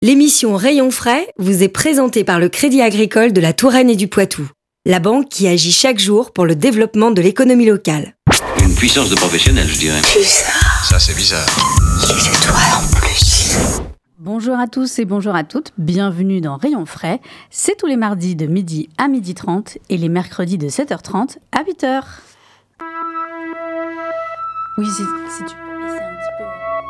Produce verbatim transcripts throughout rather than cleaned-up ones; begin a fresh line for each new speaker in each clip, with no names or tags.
L'émission Rayon Frais vous est présentée par le Crédit Agricole de la Touraine et du Poitou, la banque qui agit chaque jour pour le développement de l'économie locale.
Une puissance de professionnel, je dirais.
Bizarre.
Ça, c'est bizarre.
C'est toi en plus.
Bonjour à tous et bonjour à toutes, bienvenue dans Rayon Frais. C'est tous les mardis de midi à midi trente et les mercredis de sept heures trente à huit heures. Oui, si, si tu peux baisser un petit peu.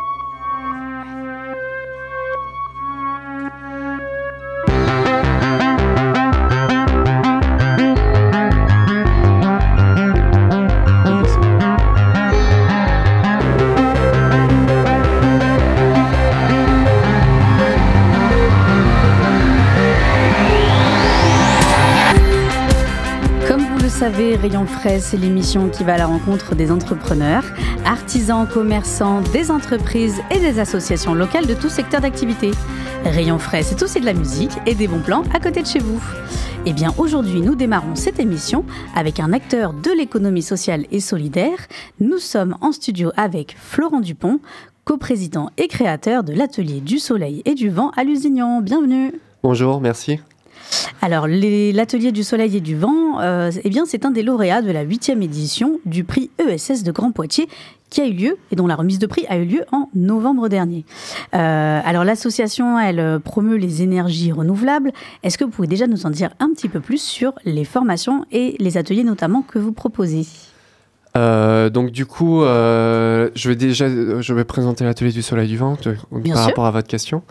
Vous savez, Rayon Frais, c'est l'émission qui va à la rencontre des entrepreneurs, artisans, commerçants, des entreprises et des associations locales de tout secteur d'activité. Rayon Frais, c'est aussi de la musique et des bons plans à côté de chez vous. Eh bien, aujourd'hui, nous démarrons cette émission avec un acteur de l'économie sociale et solidaire. Nous sommes en studio avec Florent Dupont, coprésident et créateur de l'Atelier du Soleil et du Vent à Lusignan. Bienvenue.
Bonjour, merci.
Alors, les, l'Atelier du Soleil et du Vent, euh, eh bien, c'est un des lauréats de la huitième édition du prix E S S de Grand Poitiers qui a eu lieu et dont la remise de prix a eu lieu en novembre dernier. Euh, alors, l'association, elle promeut les énergies renouvelables. Est-ce que vous pouvez déjà nous en dire un petit peu plus sur les formations et les ateliers notamment que vous proposez ?
Euh, donc du coup, euh, je vais déjà, je vais présenter l'Atelier du Soleil et du Vent de, par
sûr.
rapport à votre question.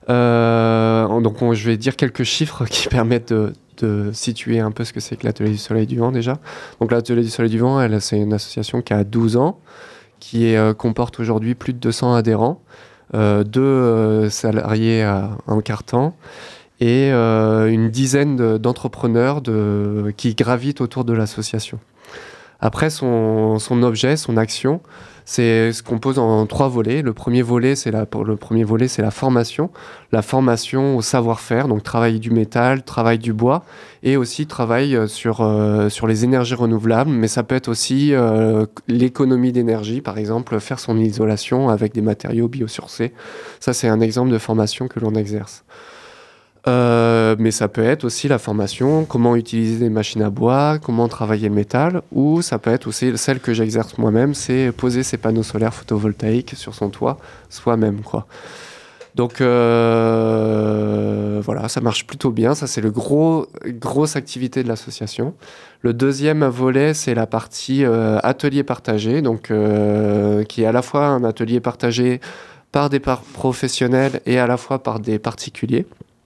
Euh, donc on, je vais dire quelques chiffres qui permettent de, de situer un peu ce que c'est que l'Atelier du Soleil et du Vent déjà. Donc l'Atelier du Soleil et du Vent, elle, c'est une association qui a douze ans, qui est, euh, comporte aujourd'hui plus de deux cents adhérents, euh, deux euh, salariés à un quart temps et euh, une dizaine de, d'entrepreneurs de, qui gravitent autour de l'association. Après, son, son objet, son action, c'est se compose en trois volets. Le premier volet, c'est la, le premier volet, c'est la formation. La formation au savoir-faire, donc travail du métal, travail du bois, et aussi travail sur, euh, sur les énergies renouvelables. Mais ça peut être aussi euh, l'économie d'énergie, par exemple, faire son isolation avec des matériaux biosourcés. Ça, c'est un exemple de formation que l'on exerce. Euh, mais ça peut être aussi la formation, comment utiliser des machines à bois, comment travailler le métal, ou ça peut être aussi celle que j'exerce moi-même, c'est poser ses panneaux solaires photovoltaïques sur son toit soi-même, quoi. Donc euh, voilà, ça marche plutôt bien, ça c'est le gros grosse activité de l'association. Le deuxième volet, c'est la partie euh, atelier partagé, donc euh, qui est à la fois un atelier partagé par des par- professionnels et à la fois par des particuliers.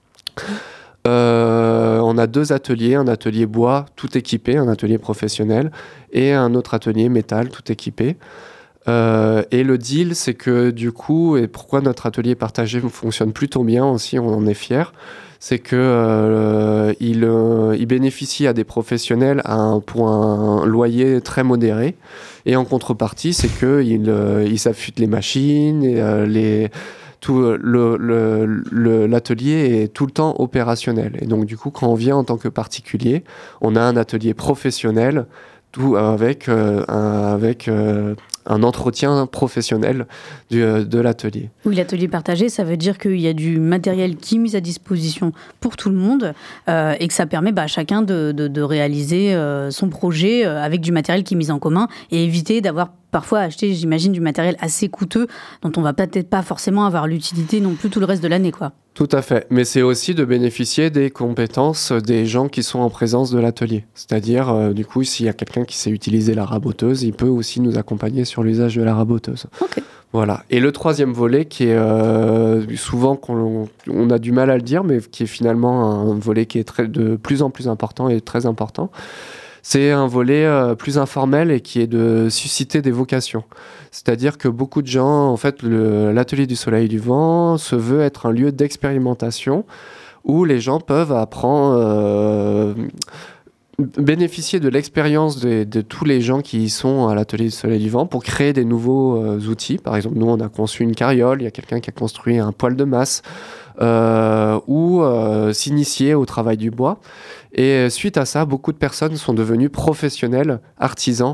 Euh, on a deux ateliers, un atelier bois tout équipé, un atelier professionnel, et un autre atelier métal tout équipé. Euh, et le deal, c'est que du coup, et pourquoi notre atelier partagé fonctionne plutôt bien aussi, on en est fiers, c'est que euh, il, euh, il bénéficie à des professionnels à un, pour un loyer très modéré. Et en contrepartie, c'est qu'il euh, il s'affûte les machines, et, euh, les Tout le, le, le, l'atelier est tout le temps opérationnel. Et donc, du coup, quand on vient en tant que particulier, on a un atelier professionnel tout avec, euh, un, avec euh, un entretien professionnel du, de l'atelier.
Oui, l'atelier partagé, ça veut dire qu'il y a du matériel qui est mis à disposition pour tout le monde euh, et que ça permet bah, à chacun de, de, de réaliser euh, son projet euh, avec du matériel qui est mis en commun et éviter d'avoir parfois acheter, j'imagine, du matériel assez coûteux dont on va peut-être pas forcément avoir l'utilité non plus tout le reste de l'année, quoi.
Tout à fait. Mais c'est aussi de bénéficier des compétences des gens qui sont en présence de l'atelier. C'est-à-dire, euh, du coup, s'il y a quelqu'un qui sait utiliser la raboteuse, il peut aussi nous accompagner sur l'usage de la raboteuse.
Ok.
Voilà. Et le troisième volet, qui est euh, souvent qu'on on a du mal à le dire, mais qui est finalement un volet qui est très, de plus en plus important et très important, c'est un volet euh, plus informel et qui est de susciter des vocations. C'est-à-dire que beaucoup de gens, en fait, le, l'Atelier du Soleil et du Vent se veut être un lieu d'expérimentation où les gens peuvent apprendre, euh, bénéficier de l'expérience de, de tous les gens qui y sont à l'Atelier du Soleil et du Vent pour créer des nouveaux euh, outils. Par exemple, nous, on a conçu une carriole, il y a quelqu'un qui a construit un poêle de masse, euh, ou euh, s'initier au travail du bois. Et suite à ça, beaucoup de personnes sont devenues professionnels, artisans,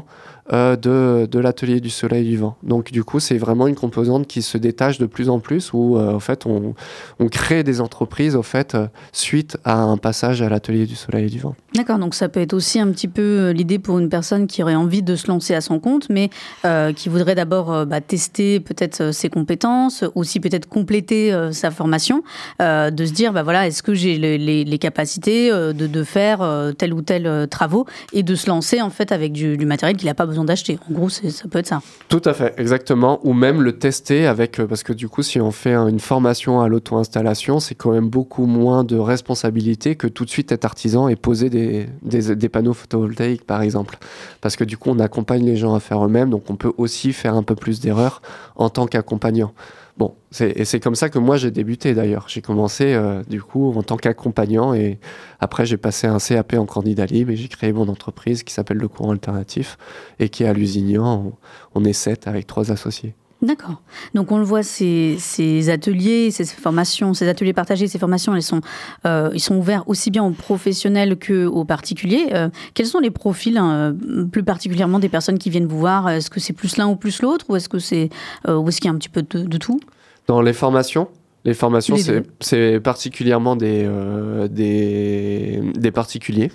euh, de, de l'atelier du soleil et du vent. Donc du coup, c'est vraiment une composante qui se détache de plus en plus, où euh, en fait, on, on crée des entreprises au fait, euh, suite à un passage à l'atelier du soleil et du vent.
D'accord, donc ça peut être aussi un petit peu l'idée pour une personne qui aurait envie de se lancer à son compte, mais euh, qui voudrait d'abord euh, bah, tester peut-être euh, ses compétences, aussi peut-être compléter euh, sa formation, euh, de se dire, bah, voilà, est-ce que j'ai les, les, les capacités euh, de, de faire euh, tel ou tel euh, travaux, et de se lancer en fait avec du, du matériel qu'il n'a pas besoin d'acheter. En gros, c'est, ça peut être ça.
Tout à fait, exactement. Ou même le tester avec, euh, parce que du coup, si on fait un, une formation à l'auto-installation, c'est quand même beaucoup moins de responsabilité que tout de suite être artisan et poser des, des, des panneaux photovoltaïques, par exemple. Parce que du coup, on accompagne les gens à faire eux-mêmes, donc on peut aussi faire un peu plus d'erreurs en tant qu'accompagnant. Bon, c'est, et c'est comme ça que moi j'ai débuté d'ailleurs. J'ai commencé euh, du coup en tant qu'accompagnant et après j'ai passé un C A P en candidat libre et j'ai créé mon entreprise qui s'appelle Le Courant Alternatif et qui est à Lusignan. On, on est sept avec trois associés.
D'accord. Donc on le voit, ces, ces ateliers, ces formations, ces ateliers partagés, ces formations, elles sont, euh, ils sont ouverts aussi bien aux professionnels qu'aux particuliers. Euh, quels sont les profils, hein, plus particulièrement des personnes qui viennent vous voir? Est-ce que c'est plus l'un ou plus l'autre, ou est-ce que c'est, euh, ou est-ce qu'il y a un petit peu de, de tout?
Dans les formations, les formations,
les
c'est, c'est particulièrement des, euh, des, des particuliers.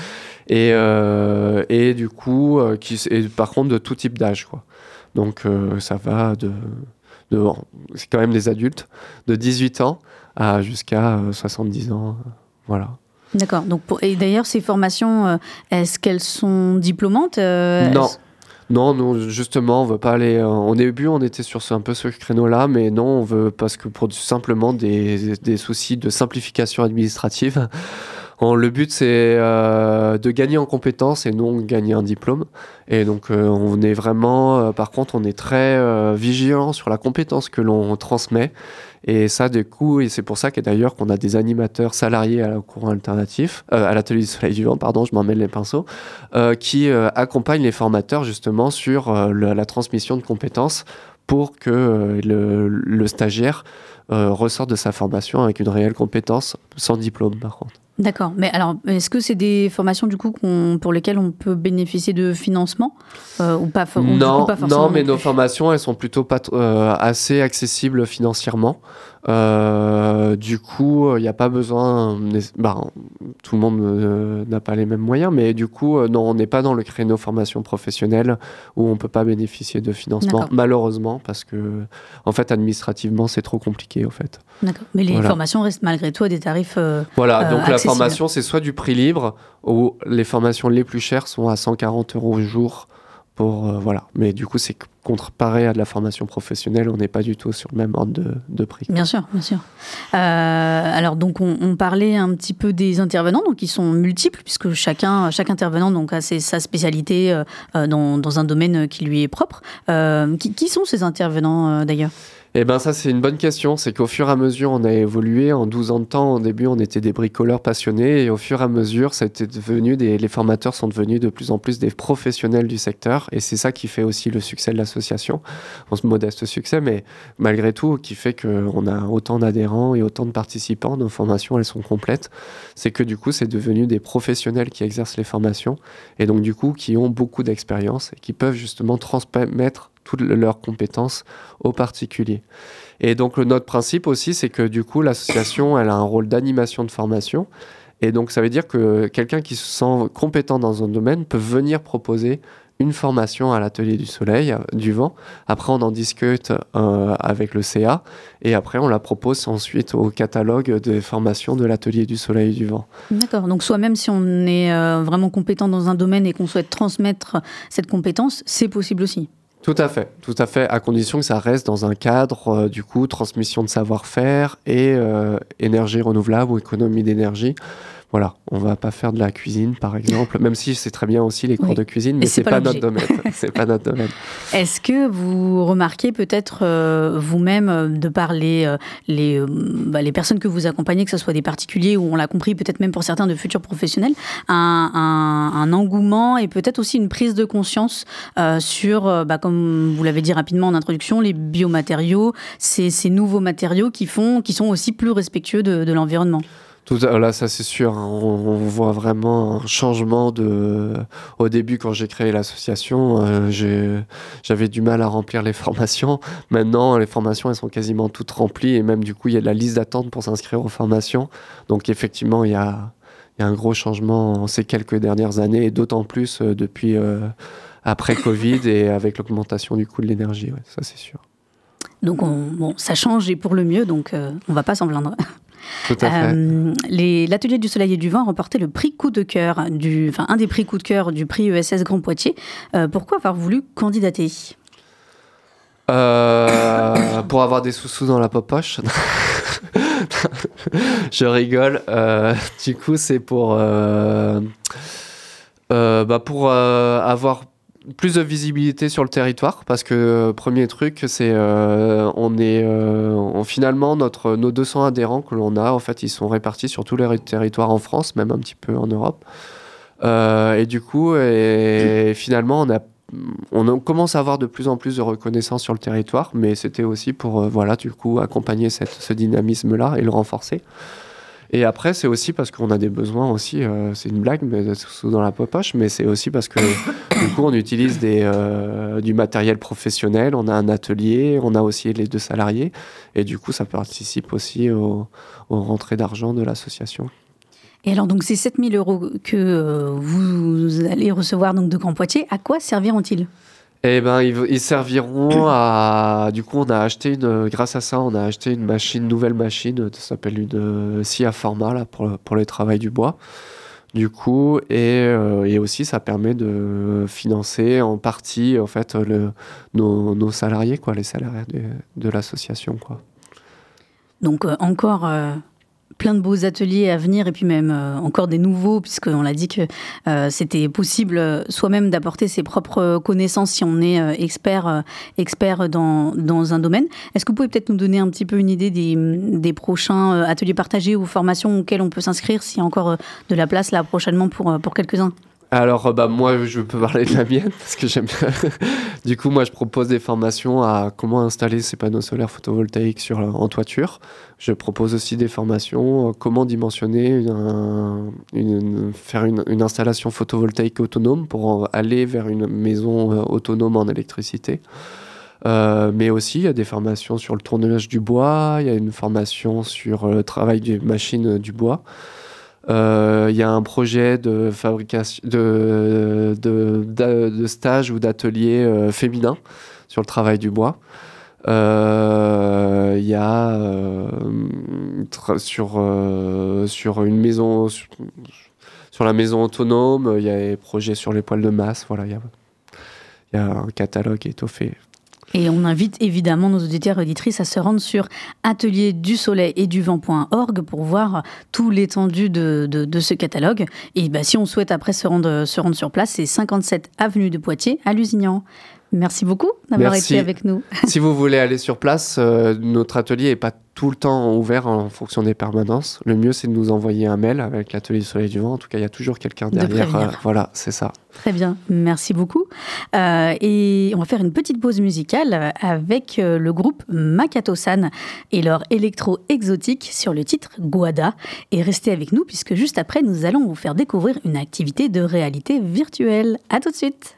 et, euh, et du coup, euh, qui, et par contre, de tout type d'âge, quoi. Donc euh, ça va de, de... C'est quand même des adultes, de dix-huit ans à jusqu'à euh, soixante-dix ans. Euh, voilà.
D'accord. Donc pour... Et d'ailleurs, ces formations, euh, est-ce qu'elles sont diplômantes euh,
Non.
est-ce...
Non, non, justement, on veut pas aller... Euh, au début, on était sur ce, un peu ce créneau-là, mais non, on veut... Parce que pour simplement des, des soucis de simplification administrative... Bon, le but, c'est euh, de gagner en compétences et non gagner un diplôme. Et donc, euh, on est vraiment... Euh, par contre, on est très euh, vigilant sur la compétence que l'on transmet. Et ça, du coup, et c'est pour ça que d'ailleurs qu'on a des animateurs salariés à la Courant Alternatif, euh, à l'Atelier du Soleil du Vent, pardon, je m'en mêle les pinceaux, euh, qui euh, accompagnent les formateurs justement sur euh, le, la transmission de compétences pour que euh, le, le stagiaire euh, ressorte de sa formation avec une réelle compétence, sans diplôme par contre.
D'accord. Mais alors, est-ce que c'est des formations du coup qu'on, pour lesquelles on peut bénéficier de financement euh, ou pas, for- ou,
non,
du coup, pas forcément
non, mais
non
nos formations, elles sont plutôt pas, euh, assez accessibles financièrement. Euh, du coup, il n'y a pas besoin... Bah, tout le monde euh, n'a pas les mêmes moyens, mais du coup, euh, non, on n'est pas dans le créneau formation professionnelle où on ne peut pas bénéficier de financement,
D'accord.
malheureusement, parce que, en fait, administrativement, c'est trop compliqué, au fait.
D'accord. Mais les
Voilà.
formations restent malgré tout à des tarifs euh,
Voilà,
euh,
donc la
accessibles.
formation, c'est soit du prix libre, ou les formations les plus chères sont à cent quarante euros au jour. Pour, euh, voilà. Mais du coup, c'est comparé à de la formation professionnelle, on n'est pas du tout sur le même ordre de, de prix.
Bien sûr, bien sûr. Euh, alors, donc, on, on parlait un petit peu des intervenants, donc ils sont multiples, puisque chacun, chaque intervenant donc, a ses, sa spécialité euh, dans, dans un domaine qui lui est propre. Euh, qui, qui sont ces intervenants, euh, d'ailleurs ?
Eh bien, ça, c'est une bonne question. C'est qu'au fur et à mesure, on a évolué. En douze ans de temps, au début, on était des bricoleurs passionnés. Et au fur et à mesure, ça a été devenu des, les formateurs sont devenus de plus en plus des professionnels du secteur. Et c'est ça qui fait aussi le succès de l'association. On se modeste succès, mais malgré tout, qui fait qu'on a autant d'adhérents et autant de participants. Nos formations, elles sont complètes. C'est que du coup, c'est devenu des professionnels qui exercent les formations. Et donc, du coup, qui ont beaucoup d'expérience et qui peuvent justement transmettre toutes leurs compétences aux particuliers. Et donc, le, notre principe aussi, c'est que du coup, l'association, elle a un rôle d'animation de formation. Et donc, ça veut dire que quelqu'un qui se sent compétent dans un domaine peut venir proposer une formation à l'Atelier du Soleil, du Vent. Après, on en discute euh, avec le C A. Et après, on la propose ensuite au catalogue des formations de l'Atelier du Soleil et du Vent.
D'accord. Donc, soit même si on est euh, vraiment compétent dans un domaine et qu'on souhaite transmettre cette compétence, c'est possible aussi.
Tout à fait, tout à fait, à condition que ça reste dans un cadre, euh, du coup, transmission de savoir-faire et euh, énergie renouvelable ou économie d'énergie. Voilà, on va pas faire de la cuisine, par exemple, même si c'est très bien aussi les cours
oui.
de cuisine, mais
et c'est,
c'est pas, pas notre domaine. C'est pas notre domaine.
Est-ce que vous remarquez peut-être euh, vous-même, euh, de par les, euh, les, euh, bah, les personnes que vous accompagnez, que ce soit des particuliers ou on l'a compris, peut-être même pour certains de futurs professionnels, un, un, un engouement et peut-être aussi une prise de conscience euh, sur, euh, bah, comme vous l'avez dit rapidement en introduction, les biomatériaux, ces, ces nouveaux matériaux qui, font, qui sont aussi plus respectueux de, de l'environnement?
Tout, là, ça c'est sûr, hein, on, on voit vraiment un changement de... Au début, quand j'ai créé l'association, euh, j'ai, j'avais du mal à remplir les formations. Maintenant, les formations, elles sont quasiment toutes remplies, et même du coup, il y a de la liste d'attente pour s'inscrire aux formations. Donc effectivement, il y a, il y a un gros changement en ces quelques dernières années, et d'autant plus euh, depuis euh, après Covid et avec l'augmentation du coût de l'énergie, ouais, ça c'est sûr.
Donc on, bon, ça change et pour le mieux, donc euh, on ne va pas s'en plaindre.
Tout à fait.
Euh, les, l'Atelier du Soleil et du Vent a remporté le prix coup de cœur, du, enfin un des prix coup de cœur du prix E S S Grand Poitiers. Euh, pourquoi avoir voulu candidater ?
euh, Pour avoir des sous-sous dans la poche. Je rigole. Euh, du coup, c'est pour, euh, euh, bah pour euh, avoir plus de visibilité sur le territoire, parce que euh, premier truc, c'est euh, on est euh, on, finalement notre nos deux cents adhérents que l'on a, en fait, ils sont répartis sur tous les territoires en France, même un petit peu en Europe. Euh, et du coup, et finalement, on a on commence à avoir de plus en plus de reconnaissance sur le territoire, mais c'était aussi pour euh, voilà, du coup, accompagner cette, ce dynamisme-là et le renforcer. Et après, c'est aussi parce qu'on a des besoins aussi, euh, c'est une blague, mais sous dans la poche, mais c'est aussi parce que du coup, on utilise des, euh, du matériel professionnel, on a un atelier, on a aussi les deux salariés, et du coup, ça participe aussi au, aux rentrées d'argent de l'association.
Et alors, donc, ces sept mille euros que euh, vous allez recevoir donc, de Grand Poitiers, à quoi serviront-ils ?
Eh ben, ils, ils serviront à... Du coup, on a acheté une... Grâce à ça, on a acheté une machine, nouvelle machine, ça s'appelle une scie à format, là, pour, pour le travail du bois. Du coup, et, euh, et aussi, ça permet de financer en partie, en fait, le, nos, nos salariés, quoi, les salariés de, de l'association, quoi.
Donc, euh, encore... Euh... plein de beaux ateliers à venir et puis même euh, encore des nouveaux, puisqu'on l'a dit que euh, c'était possible euh, soi-même d'apporter ses propres connaissances si on est euh, expert, euh, expert dans, dans un domaine. Est-ce que vous pouvez peut-être nous donner un petit peu une idée des, des prochains euh, ateliers partagés ou formations auxquels on peut s'inscrire, s'il y a encore euh, de la place là prochainement pour, euh, pour quelques-uns ?
Alors, bah, moi, je peux parler de la mienne, parce que j'aime bien. Du coup, moi, je propose des formations à comment installer ces panneaux solaires photovoltaïques sur, en toiture. Je propose aussi des formations à comment dimensionner, un, une, faire une, une installation photovoltaïque autonome pour aller vers une maison autonome en électricité. Euh, mais aussi, il y a des formations sur le tournage du bois, il y a une formation sur le travail des machines du bois. Il euh, y a un projet de fabrication de, de, de, de stage ou d'atelier euh, féminin sur le travail du bois. Il euh, y a euh, tra- sur, euh, sur une maison sur, sur la maison autonome, il y a des projets sur les poêles de masse. Voilà, il y a, y a un catalogue étoffé.
Et on invite évidemment nos auditeurs et auditrices à se rendre sur atelier du soleil et du vent point org pour voir tout l'étendue de, de, de ce catalogue. Et bah, si on souhaite après se rendre, se rendre sur place, c'est cinquante-sept avenue de Poitiers à Lusignan. Merci beaucoup d'avoir
Merci.
été avec nous.
Si vous voulez aller sur place, euh, notre atelier n'est pas tout le temps ouvert en fonction des permanences. Le mieux, c'est de nous envoyer un mail avec l'atelier du soleil et du vent. En tout cas, il y a toujours quelqu'un derrière. Euh, voilà, c'est ça.
Très bien, merci beaucoup. Euh, et on va faire une petite pause musicale avec le groupe Makatosan et leur électro-exotique sur le titre Guada. Et restez avec nous puisque juste après, nous allons vous faire découvrir une activité de réalité virtuelle. À tout de suite.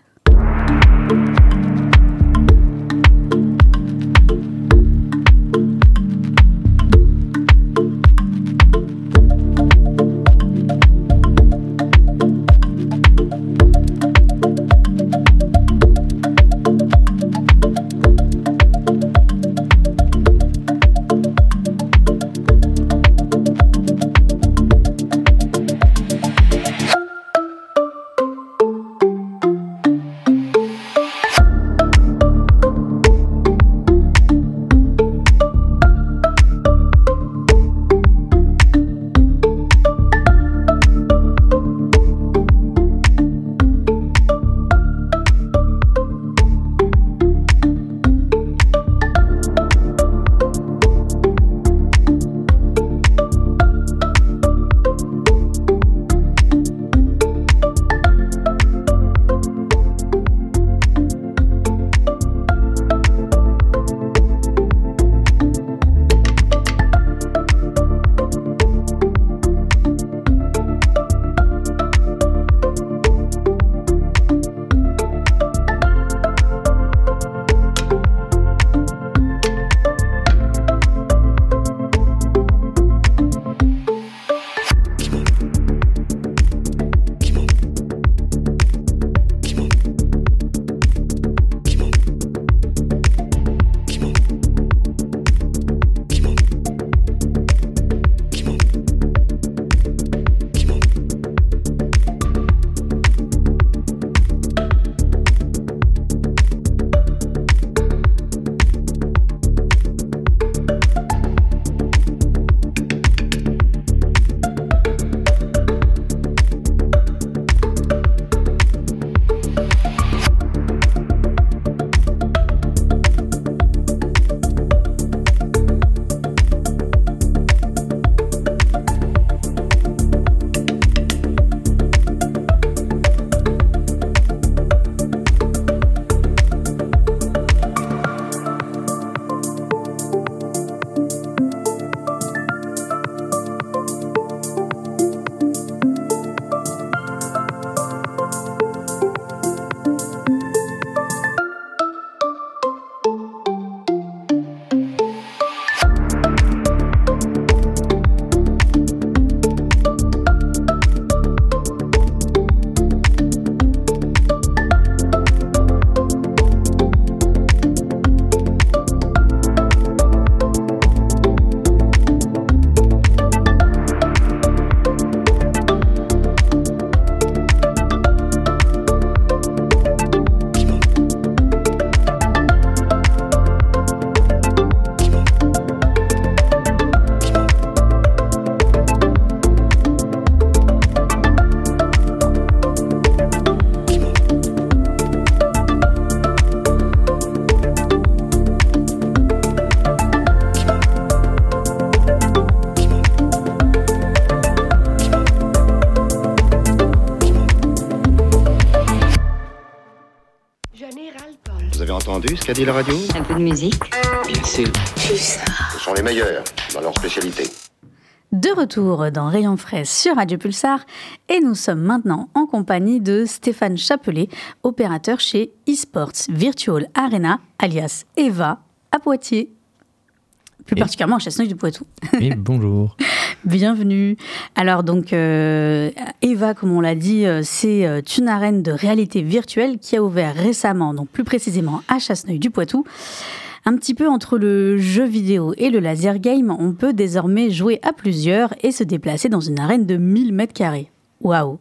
entendu ce qu'a dit la radio?
Un peu de musique.
Bien sûr.
Pulsar.
Ce sont les meilleurs dans leur spécialité.
De retour dans Rayon Frais sur Radio Pulsar et nous sommes maintenant en compagnie de Stéphane Chapelet, opérateur chez eSports Virtual Arena, alias EVA, à Poitiers, plus et particulièrement à Chasseneuil-du-Poitou.
Et bonjour.
Bienvenue. Alors donc euh, EVA, comme on l'a dit, euh, c'est euh, une arène de réalité virtuelle qui a ouvert récemment, donc plus précisément à Chasseneuil-du-Poitou. Un petit peu entre le jeu vidéo et le laser game, on peut désormais jouer à plusieurs et se déplacer dans une arène de mille mètres carrés. Waouh.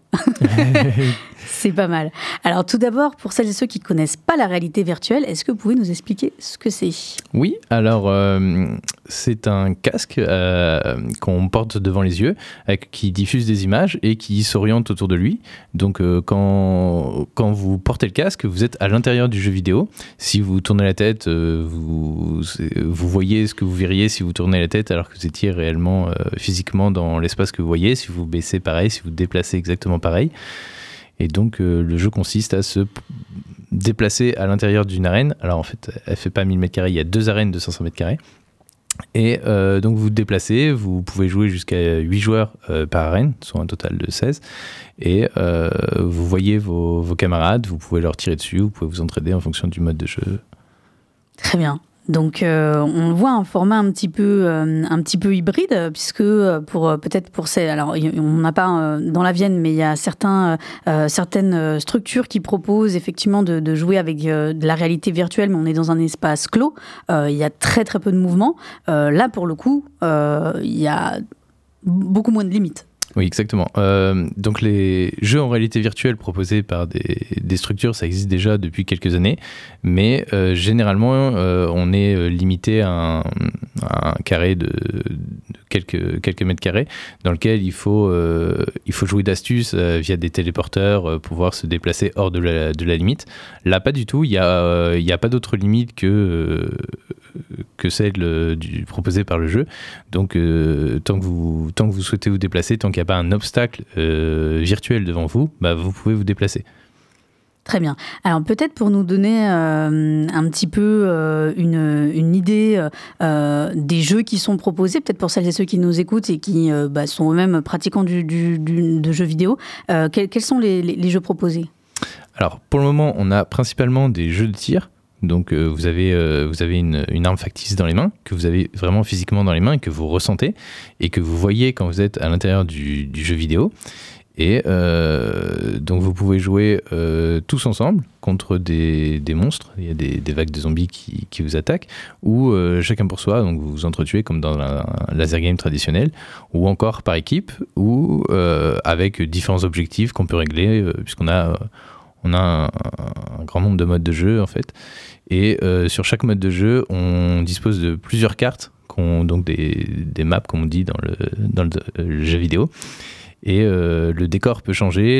C'est pas mal. Alors tout d'abord, pour celles et ceux qui ne connaissent pas la réalité virtuelle, est-ce que vous pouvez nous expliquer ce que c'est ?
Oui, alors euh, c'est un casque euh, qu'on porte devant les yeux, avec, qui diffuse des images et qui s'oriente autour de lui. Donc euh, quand, quand vous portez le casque, vous êtes à l'intérieur du jeu vidéo. Si vous tournez la tête, euh, vous, vous voyez ce que vous verriez si vous tournez la tête alors que vous étiez réellement euh, physiquement dans l'espace que vous voyez. Si vous baissez pareil, si vous déplacez exactement pareil. Et donc, euh, le jeu consiste à se p- déplacer à l'intérieur d'une arène. Alors, en fait, elle ne fait pas mille mètres carrés, il y a deux arènes de cinq cents mètres carrés. Et euh, donc, vous vous déplacez, vous pouvez jouer jusqu'à huit joueurs euh, par arène, soit un total de seize. Et euh, vous voyez vos, vos camarades, vous pouvez leur tirer dessus, vous pouvez vous entraider en fonction du mode de jeu.
Très bien. Donc, euh, on voit un format un petit peu, euh, un petit peu hybride, puisque pour euh, peut-être pour ces, alors on n'a pas euh, dans la Vienne, mais il y a certains, euh, certaines structures qui proposent effectivement de, de jouer avec euh, de la réalité virtuelle, mais on est dans un espace clos. Euh, il y a très très peu de mouvements. Euh, là, pour le coup, euh, il y a beaucoup moins de limites.
Oui, exactement. Euh, donc les jeux en réalité virtuelle proposés par des, des structures, ça existe déjà depuis quelques années, mais euh, généralement, euh, on est limité à un, à un carré de, de quelques, quelques mètres carrés, dans lequel il faut, euh, il faut jouer d'astuces euh, via des téléporteurs euh, pour pouvoir se déplacer hors de la, de la limite. Là, pas du tout. Il n'y a, euh, il y a pas d'autre limite que... Euh, que celle euh, du, proposée par le jeu. Donc, euh, tant, que vous, tant que vous souhaitez vous déplacer, tant qu'il n'y a pas un obstacle euh, virtuel devant vous, bah, vous pouvez vous déplacer.
Très bien. Alors peut-être pour nous donner euh, un petit peu euh, une, une idée euh, des jeux qui sont proposés, peut-être pour celles et ceux qui nous écoutent et qui euh, bah, sont eux-mêmes pratiquants du, du, du, de jeux vidéo, euh, quels, quels sont les, les, les jeux proposés ?
Alors pour le moment, on a principalement des jeux de tir. Donc euh, vous avez, euh, vous avez une, une arme factice dans les mains, que vous avez vraiment physiquement dans les mains et que vous ressentez et que vous voyez quand vous êtes à l'intérieur du, du jeu vidéo. Et euh, donc vous pouvez jouer euh, tous ensemble contre des, des monstres. Il y a des, des vagues de zombies qui, qui vous attaquent, ou euh, chacun pour soi, donc vous vous entretuez comme dans un laser game traditionnel, ou encore par équipe, ou euh, avec différents objectifs qu'on peut régler, euh, puisqu'on a... Euh, On a un, un grand nombre de modes de jeu en fait, et euh, sur chaque mode de jeu, on dispose de plusieurs cartes, qu'on, donc des, des maps comme on dit dans le, dans le, le jeu vidéo, et euh, le décor peut changer,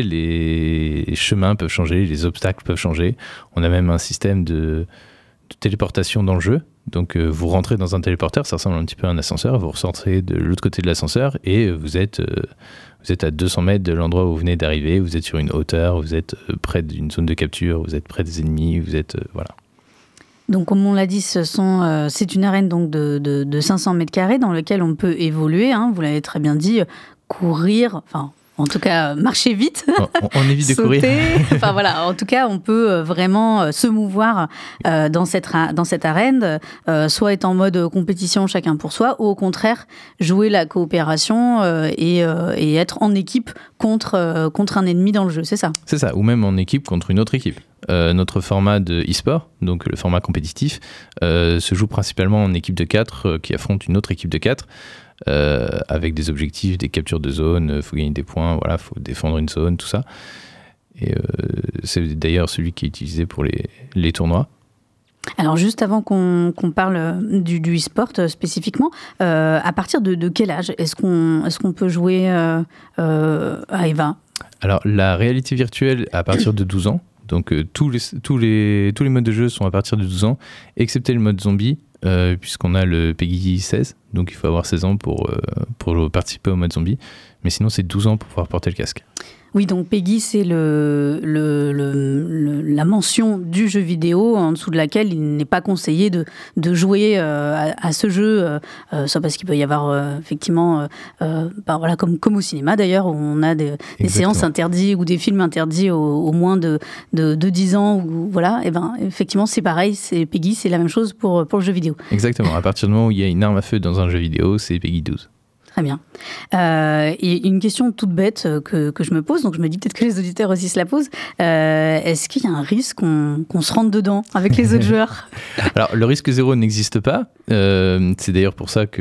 les chemins peuvent changer, les obstacles peuvent changer. On a même un système de, de téléportation dans le jeu. Donc euh, vous rentrez dans un téléporteur, ça ressemble un petit peu à un ascenseur, vous ressortez de l'autre côté de l'ascenseur et vous êtes, euh, vous êtes à deux cents mètres de l'endroit où vous venez d'arriver, vous êtes sur une hauteur, vous êtes euh, près d'une zone de capture, vous êtes près des ennemis, vous êtes... Euh, voilà.
Donc, comme on l'a dit, ce sont, euh, c'est une arène donc, de, de, de cinq cents mètres carrés dans laquelle on peut évoluer, hein, vous l'avez très bien dit, courir, enfin... En tout cas, marcher vite,
on, on évite de courir.
Enfin voilà, en tout cas, on peut vraiment se mouvoir euh, dans cette dans cette arène, euh, soit être en mode compétition chacun pour soi, ou au contraire jouer la coopération euh, et, euh, et être en équipe contre euh, contre un ennemi dans le jeu, c'est ça ?
C'est ça, ou même en équipe contre une autre équipe. Euh, notre format de e-sport, donc le format compétitif, euh, se joue principalement en équipe de quatre euh, qui affronte une autre équipe de quatre. Euh, avec des objectifs, des captures de zone, il faut gagner des points, voilà, faut défendre une zone, tout ça. Et euh, c'est d'ailleurs celui qui est utilisé pour les, les tournois.
Alors juste avant qu'on, qu'on parle du, du e-sport euh, spécifiquement, euh, à partir de, de quel âge est-ce qu'on, est-ce qu'on peut jouer euh, euh, à EVA ?
Alors la réalité virtuelle à partir de douze ans, donc euh, tous, les, tous, les, tous les modes de jeu sont à partir de douze ans, excepté le mode zombie, Euh, puisqu'on a le PEGI seize, donc il faut avoir seize ans pour, euh, pour participer au mode zombie. Mais sinon, c'est douze ans pour pouvoir porter le casque.
Oui, donc PEGI, c'est le, le, le, le, la mention du jeu vidéo en dessous de laquelle il n'est pas conseillé de, de jouer euh, à, à ce jeu, euh, soit parce qu'il peut y avoir euh, effectivement, euh, bah, voilà, comme, comme au cinéma d'ailleurs, où on a des, des séances interdites ou des films interdits au, au moins de, de, de dix ans. Ou, voilà, et ben, effectivement, c'est pareil, c'est PEGI, c'est la même chose pour, pour le jeu vidéo.
Exactement, à partir du moment où il y a une arme à feu dans un jeu vidéo, c'est PEGI douze.
Très bien. Euh, et une question toute bête que, que je me pose, donc je me dis peut-être que les auditeurs aussi se la posent. Euh, est-ce qu'il y a un risque qu'on, qu'on se rentre dedans avec les autres joueurs ?
Alors, le risque zéro n'existe pas. Euh, c'est d'ailleurs pour ça qu'on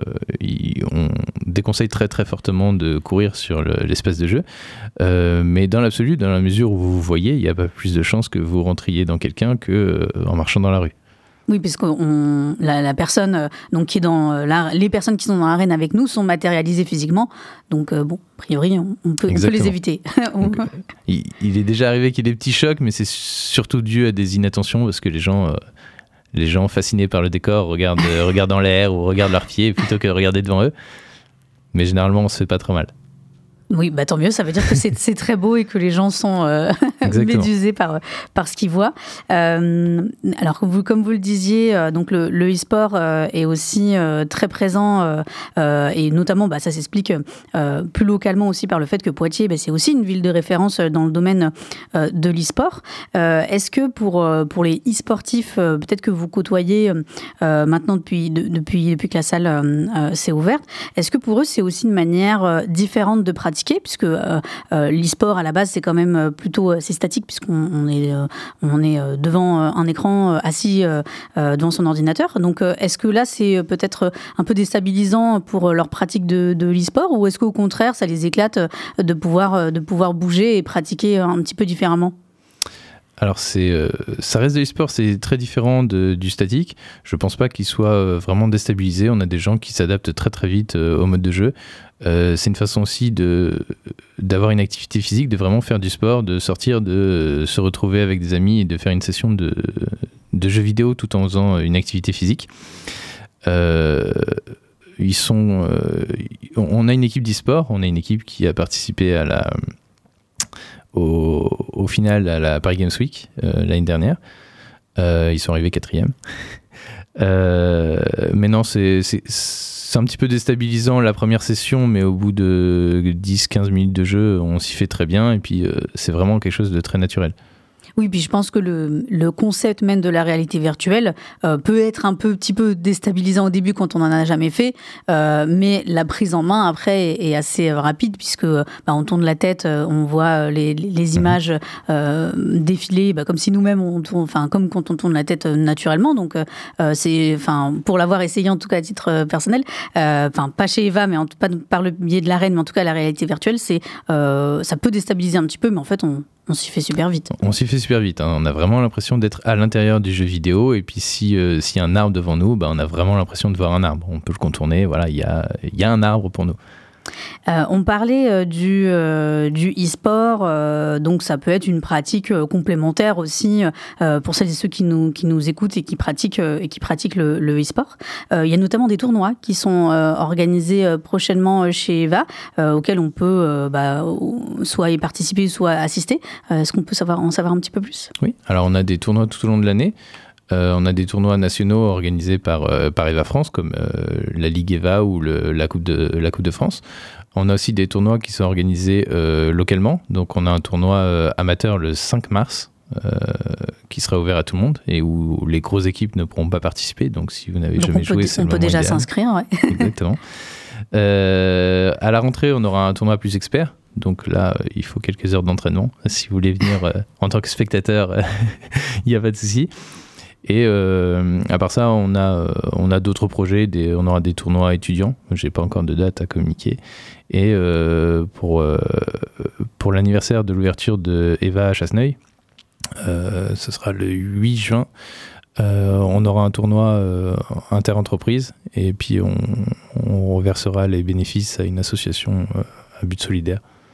euh, déconseille très très fortement de courir sur le, l'espace de jeu. Euh, mais dans l'absolu, dans la mesure où vous voyez, il n'y a pas plus de chances que vous rentriez dans quelqu'un qu'en euh, marchant dans la rue.
Oui, parce que on, la, la personne, euh, donc qui est dans euh, la, les personnes qui sont dans l'arène avec nous sont matérialisées physiquement. Donc, euh, bon, a priori, on, on, peut, on peut les éviter.
Donc, euh, il, il est déjà arrivé qu'il y ait des petits chocs, mais c'est surtout dû à des inattentions parce que les gens, euh, les gens fascinés par le décor regardent, euh, regardent en l'air ou regardent leurs pieds plutôt que de regarder devant eux. Mais généralement, on se fait pas trop mal.
Oui, bah tant mieux, ça veut dire que c'est, c'est très beau et que les gens sont euh, médusés par, par ce qu'ils voient. Euh, alors, vous, comme vous le disiez, euh, donc le, le e-sport euh, est aussi euh, très présent euh, euh, et notamment, bah, ça s'explique euh, plus localement aussi par le fait que Poitiers, bah, c'est aussi une ville de référence dans le domaine euh, de l'e-sport. Euh, est-ce que pour, pour les e-sportifs, euh, peut-être que vous côtoyez euh, maintenant depuis, de, depuis, depuis que la salle euh, s'est ouverte, est-ce que pour eux, c'est aussi une manière euh, différente de pratiquer puisque euh, euh, l'e-sport à la base c'est quand même plutôt c'est statique puisqu'on on est euh, on est devant un écran euh, assis euh, devant son ordinateur. Donc euh, est-ce que là c'est peut-être un peu déstabilisant pour leur pratique de, de l'e-sport ou est-ce qu'au contraire ça les éclate de pouvoir de pouvoir bouger et pratiquer un petit peu différemment?
Alors, c'est, euh, ça reste de l'e-sport, c'est très différent de, du statique. Je ne pense pas qu'il soit euh, vraiment déstabilisé. On a des gens qui s'adaptent très très vite euh, au mode de jeu. Euh, c'est une façon aussi de, d'avoir une activité physique, de vraiment faire du sport, de sortir, de euh, se retrouver avec des amis et de faire une session de, de jeux vidéo tout en faisant une activité physique. Euh, ils sont, euh, on a une équipe d'e-sport, on a une équipe qui a participé à la... Au, au final à la Paris Games Week euh, l'année dernière. Euh, ils sont arrivés quatrième. euh, mais non, c'est, c'est, c'est un petit peu déstabilisant la première session, mais au bout de dix à quinze minutes de jeu, on s'y fait très bien et puis euh, c'est vraiment quelque chose de très naturel.
Oui, puis je pense que le, le concept même de la réalité virtuelle euh, peut être un peu, petit peu déstabilisant au début quand on n'en a jamais fait, euh, mais la prise en main après est, est assez rapide puisque bah, on tourne la tête, on voit les, les images euh, défiler, bah, comme si nous-mêmes, on tourne, enfin comme quand on tourne la tête naturellement. Donc euh, c'est, enfin pour l'avoir essayé en tout cas à titre personnel, enfin euh, pas chez Eva, mais en, pas par le biais de l'arène, mais en tout cas la réalité virtuelle, c'est, euh, ça peut déstabiliser un petit peu, mais en fait on On s'y fait super vite.
On s'y fait super vite. Hein. On a vraiment l'impression d'être à l'intérieur du jeu vidéo. Et puis, si, euh, s'il y a un arbre devant nous, bah, on a vraiment l'impression de voir un arbre. On peut le contourner. Voilà, il y a, y a un arbre pour nous.
Euh, on parlait euh, du, euh, du e-sport, euh, donc ça peut être une pratique euh, complémentaire aussi euh, pour celles et ceux qui nous, qui nous écoutent et qui pratiquent, euh, et qui pratiquent le, le e-sport. Euh, il y a notamment des tournois qui sont euh, organisés euh, prochainement chez Eva, euh, auxquels on peut euh, bah, soit y participer, soit assister. Euh, est-ce qu'on peut savoir, en savoir un petit peu plus ?
Oui, alors on a des tournois tout au long de l'année. Euh, on a des tournois nationaux organisés par, euh, par Eva France, comme euh, la Ligue Eva ou le, la, coupe de, la Coupe de France. On a aussi des tournois qui sont organisés euh, localement. Donc on a un tournoi euh, amateur le cinq mars, euh, qui sera ouvert à tout le monde et où les grosses équipes ne pourront pas participer. Donc si vous n'avez
donc
jamais
on
joué,
peut,
c'est
on
le
peut
moment
déjà
idéal.
S'inscrire. Ouais.
Exactement. Euh, à la rentrée, on aura un tournoi plus expert. Donc là, il faut quelques heures d'entraînement. Si vous voulez venir euh, en tant que spectateur, il n'y a pas de souci. Et euh, à part ça, on a, euh, on a d'autres projets, des, on aura des tournois étudiants, je n'ai pas encore de date à communiquer. Et euh, pour, euh, pour l'anniversaire de l'ouverture de Eva à Chasseneuil, euh, ce sera le huit juin, euh, on aura un tournoi euh, inter-entreprise et puis on, on reversera les bénéfices à une association euh, à but solidaire.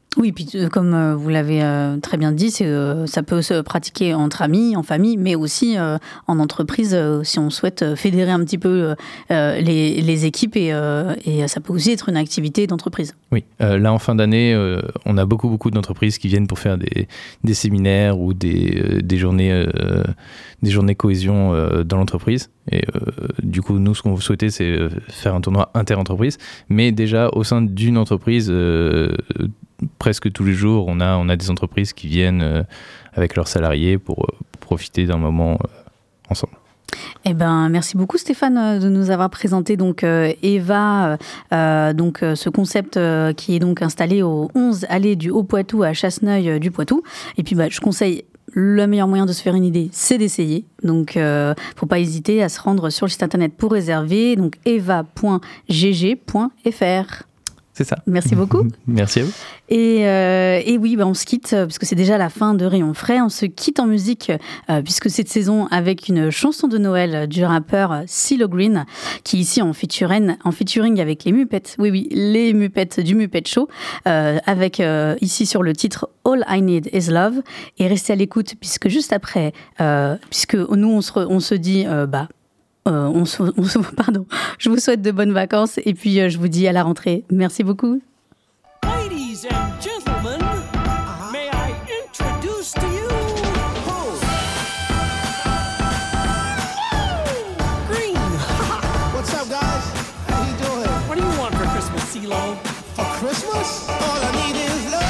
Oui, puis euh, comme euh, vous l'avez euh, très bien dit, c'est, euh, ça peut se pratiquer entre amis, en famille, mais aussi euh, en entreprise euh, si on souhaite euh, fédérer un petit peu euh, les, les équipes et, euh, et ça peut aussi être une activité d'entreprise.
Oui, euh, là en fin d'année, euh, on a beaucoup beaucoup d'entreprises qui viennent pour faire des, des séminaires ou des, euh, des journées euh, des journées cohésion euh, dans l'entreprise. Et euh, du coup, nous, ce qu'on souhaitait, c'est faire un tournoi inter-entreprise, mais déjà au sein d'une entreprise. Euh, presque tous les jours, on a, on a des entreprises qui viennent euh, avec leurs salariés pour, euh, pour profiter d'un moment euh, ensemble.
Eh ben, merci beaucoup Stéphane de nous avoir présenté donc euh, Eva, euh, donc euh, ce concept euh, qui est donc installé au onze allée du Haut-Poitou à Chasseneuil euh, du Poitou. Et puis bah, je conseille, le meilleur moyen de se faire une idée, c'est d'essayer. Donc, euh, faut pas hésiter à se rendre sur le site internet pour réserver. Donc, eva point g g point f r.
C'est ça.
Merci beaucoup.
Merci à vous.
Et, euh, et oui, bah on se quitte, parce que c'est déjà la fin de Rayon Frais. On se quitte en musique, euh, puisque cette saison, avec une chanson de Noël du rappeur CeeLo Green, qui est ici en featuring, en featuring avec les Muppets. Oui, oui, les Muppets du Muppet Show, euh, avec euh, ici sur le titre All I Need Is Love. Et restez à l'écoute, puisque juste après, euh, puisque nous, on se, re, on se dit, euh, bah, Euh, on se, on se, pardon, je vous souhaite de bonnes vacances et puis euh, je vous dis à la rentrée. Merci beaucoup.
Ladies and gentlemen, uh-huh. May I introduce to you Ho. Green.
What's up, guys? How you doing?
What do you want for Christmas, CeeLo?
For Christmas? All I need is love.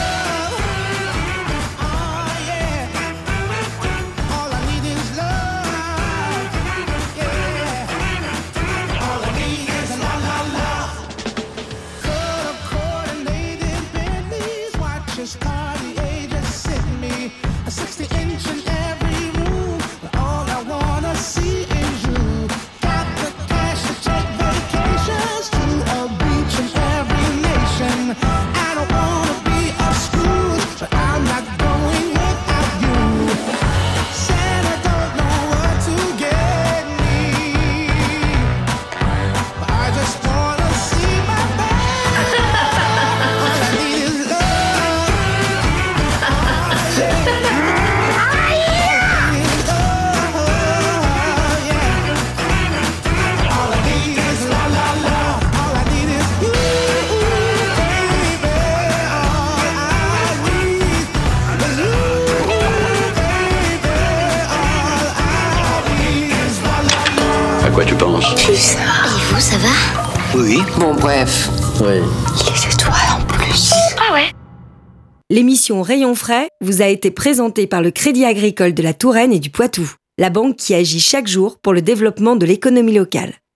Quoi tu penses?
Plus. Et vous, ça va?
Oui.
Bon, bref.
Oui.
Les étoiles en plus.
Ah ouais. L'émission Rayon Frais vous a été présentée par le Crédit Agricole de la Touraine et du Poitou, la banque qui agit chaque jour pour le développement de l'économie locale.